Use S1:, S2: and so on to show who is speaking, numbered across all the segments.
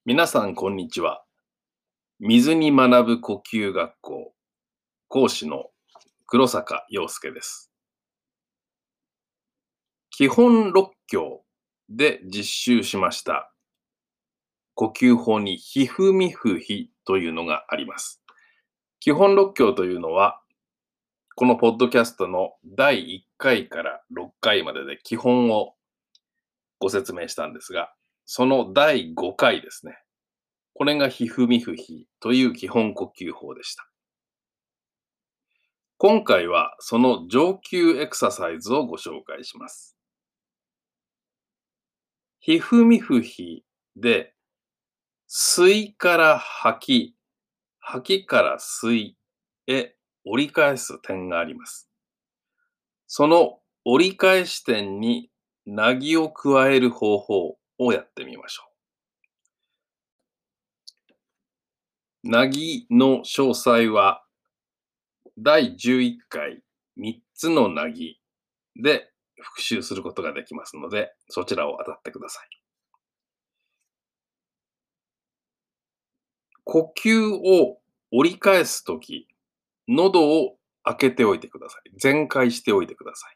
S1: 皆さん、こんにちは。水に学ぶ呼吸学校講師の黒坂陽介です。基本6教で実習しました呼吸法にひふみふひというのがあります。基本6教というのは、このポッドキャストの第1回から6回までで基本をご説明したんですが、その第5回ですね。これがひふみふひという基本呼吸法でした。今回はその上級エクササイズをご紹介します。ひふみふひで、吸いから吐き、吐きから吸いへ折り返す点があります。その折り返し点になぎを加える方法をやってみましょう。なぎの詳細は第11回3つのなぎで復習することができますので、そちらを当たってください。呼吸を折り返すとき、喉を開けておいてください。全開しておいてください。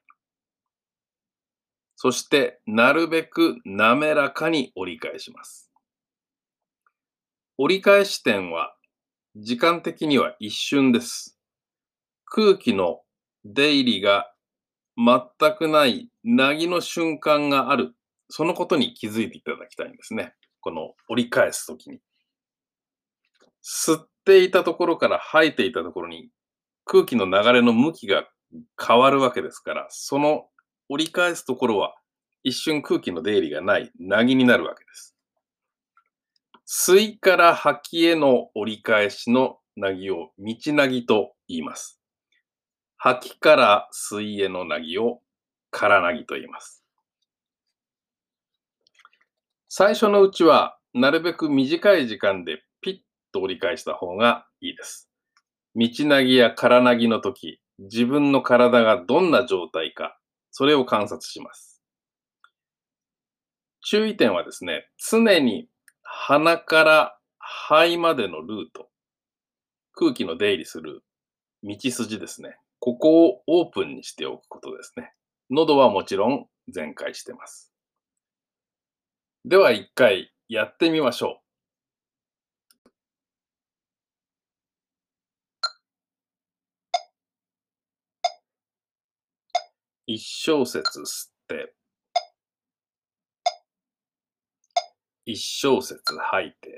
S1: そして、なるべく滑らかに折り返します。折り返し点は、時間的には一瞬です。空気の出入りが全くないなぎの瞬間がある。そのことに気づいていただきたいんですね。この折り返すときに。吸っていたところから吐いていたところに空気の流れの向きが変わるわけですから、その折り返すところは一瞬空気の出入りがないなぎになるわけです。吸いから吐きへの折り返しのなぎを道なぎと言います。吐きから吸いへのなぎをからなぎと言います。最初のうちはなるべく短い時間でピッと折り返した方がいいです。道なぎやからなぎの時、自分の体がどんな状態か、それを観察します。注意点はですね、常に鼻から肺までのルート、空気の出入りする道筋ですね。ここをオープンにしておくことですね。喉はもちろん全開してます。では一回やってみましょう。一小節吸って、一小節吐いて、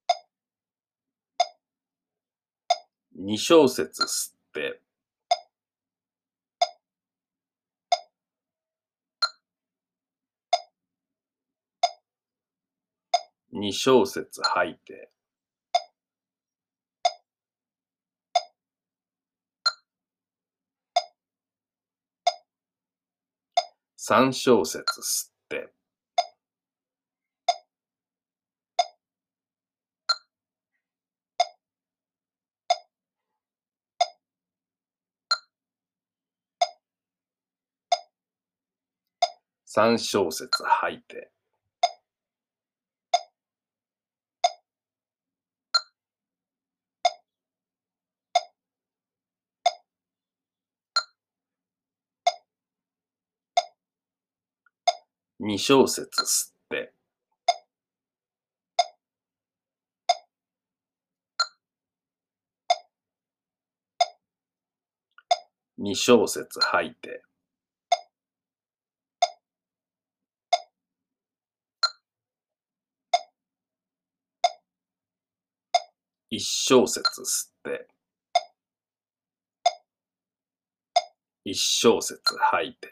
S1: 二小節吸って、二小節吐いて、三小節吸って、三小節吐いて、二小節吸って、二小節吐いて、一小節吸って、一小節吐いて。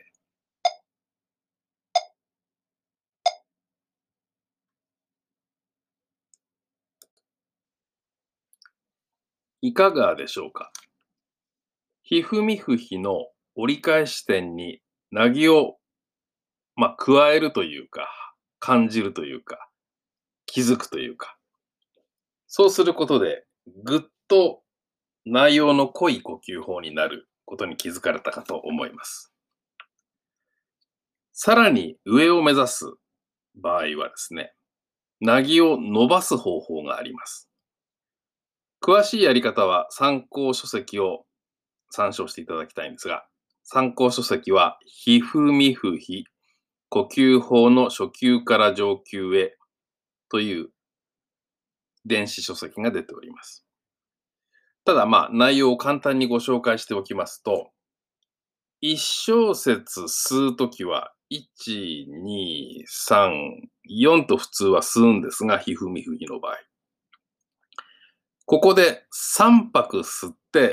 S1: いかがでしょうか。ひふみふひの折り返し点になぎを、加えるというか、感じるというか、気づくというか、そうすることで、ぐっと内容の濃い呼吸法になることに気づかれたかと思います。さらに上を目指す場合はですね、 なぎを伸ばす方法があります。詳しいやり方は参考書籍を参照していただきたいんですが、参考書籍は、ひふみふひ、呼吸法の初級から上級へという電子書籍が出ております。ただ内容を簡単にご紹介しておきますと、一小節吸うときは、1、2、3、4と普通は吸うんですが、ひふみふひの場合。ここで3拍吸って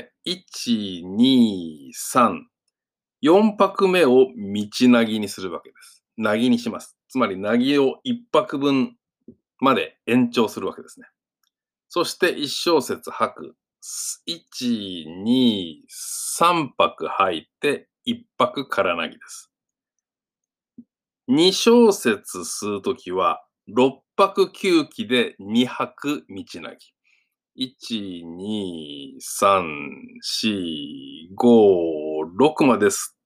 S1: 、1、2、3、4拍目を道なぎにするわけです。なぎにします。つまり、なぎを1拍分まで延長するわけですね。そして1小節吐く。1、2、3拍吐いて、1拍空なぎです。2小節吸うときは、6拍吸気で2拍道なぎ。1、2、3、4、5、6まで吸って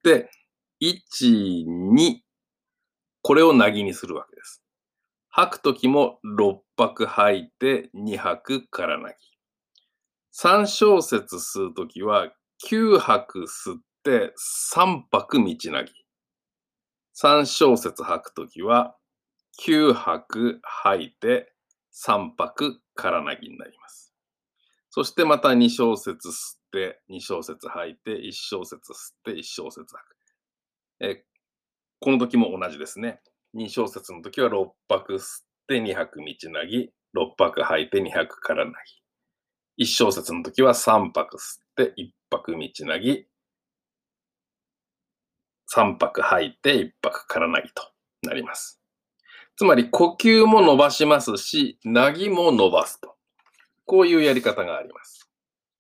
S1: 、1、2、これをなぎにするわけです。吐くときも6拍吐いて2拍空なぎ。3小節吸うときは9拍吸って3拍道なぎ。3小節吐くときは9拍吐いて3拍空なぎになります。そしてまた2小節吸って2小節吐いて1小節吸って1小節吐く。この時も同じですね。2小節の時は6拍吸って2拍道なぎ、6拍吐いて2拍空なぎ。1小節の時は3拍吸って1拍道なぎ、3拍吐いて1拍空なぎとなります。つまり呼吸も伸ばしますし、なぎも伸ばすと。こういうやり方があります。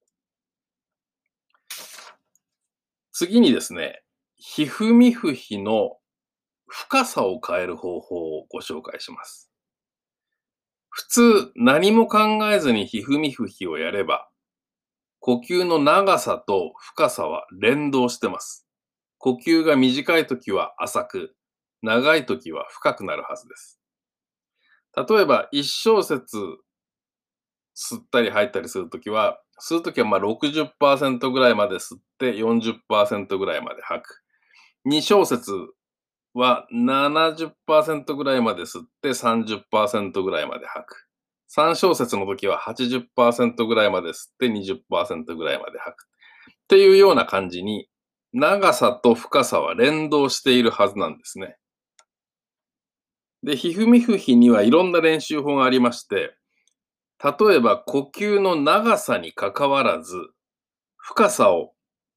S1: 次にですね、ひふみふひの深さを変える方法をご紹介します。普通、何も考えずにひふみふひをやれば、呼吸の長さと深さは連動してます。呼吸が短いときは浅く、長いときは深くなるはずです。例えば、一小節吸ったり吐いたりするときは、吸うときは60%ぐらいまで吸って40%ぐらいまで吐く。2小節は70%ぐらいまで吸って30%ぐらいまで吐く。3小節の時は80%ぐらいまで吸って20%ぐらいまで吐く。っていうような感じに、長さと深さは連動しているはずなんですね。で、ひふみふひにはいろんな練習法がありまして、例えば呼吸の長さにかかわらず、深さを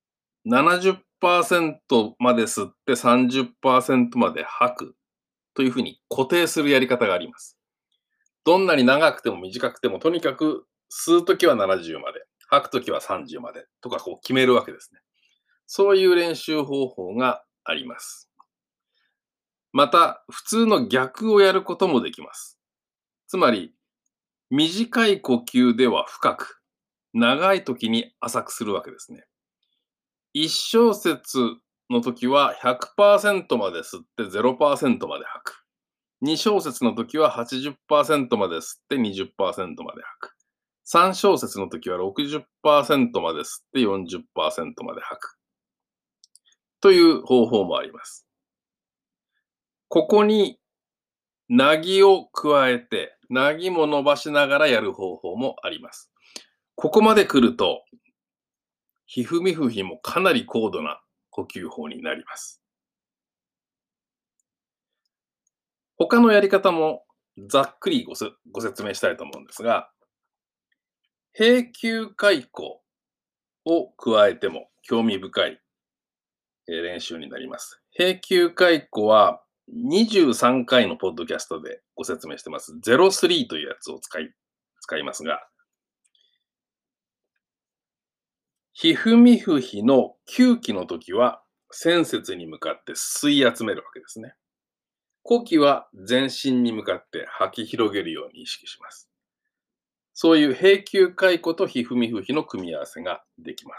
S1: 70%まで吸って30%まで吐くというふうに固定するやり方があります。どんなに長くても短くても、とにかく吸うときは70まで、吐くときは30までとか決めるわけですね。そういう練習方法があります。また、普通の逆をやることもできます。つまり、短い呼吸では深く、長い時に浅くするわけですね。一小節の時は100%まで吸って0%まで吐く。2小節の時は80%まで吸って20%まで吐く。3小節の時は60%まで吸って40%まで吐く。という方法もあります。ここに、なぎを加えて、なぎも伸ばしながらやる方法もあります。ここまで来ると、ひふみふひもかなり高度な呼吸法になります。他のやり方もざっくりご説明したいと思うんですが、閉球解雇を加えても興味深い練習になります。閉球解雇は23回のポッドキャストでご説明してます。03というやつを使いますが、ひふみふひの吸気の時は仙節に向かって吸い集めるわけですね。呼気は全身に向かって吐き広げるように意識します。そういう閉球解雇とひふみふひの組み合わせができます。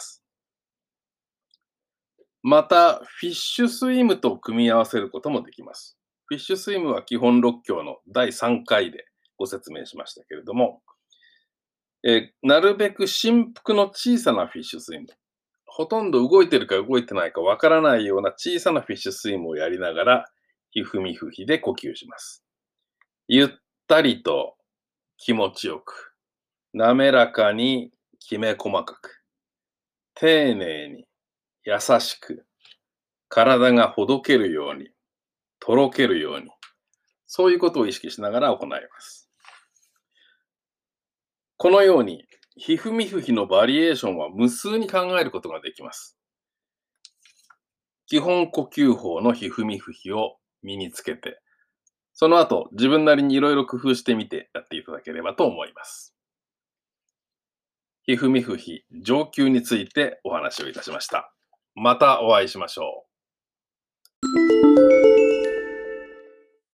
S1: また、フィッシュスイムと組み合わせることもできます。フィッシュスイムは基本6教の第3回でご説明しましたけれども、なるべく振幅の小さなフィッシュスイム、ほとんど動いてるか動いてないかわからないような小さなフィッシュスイムをやりながら、ひふみふひで呼吸します。ゆったりと気持ちよく、滑らかにきめ細かく、丁寧に優しく、体がほどけるように、とろけるように、そういうことを意識しながら行います。このように、ひふみふひのバリエーションは無数に考えることができます。基本呼吸法のひふみふひを身につけて、その後、自分なりにいろいろ工夫してみてやっていただければと思います。ひふみふひ上級についてお話をいたしました。またお会いしましょう。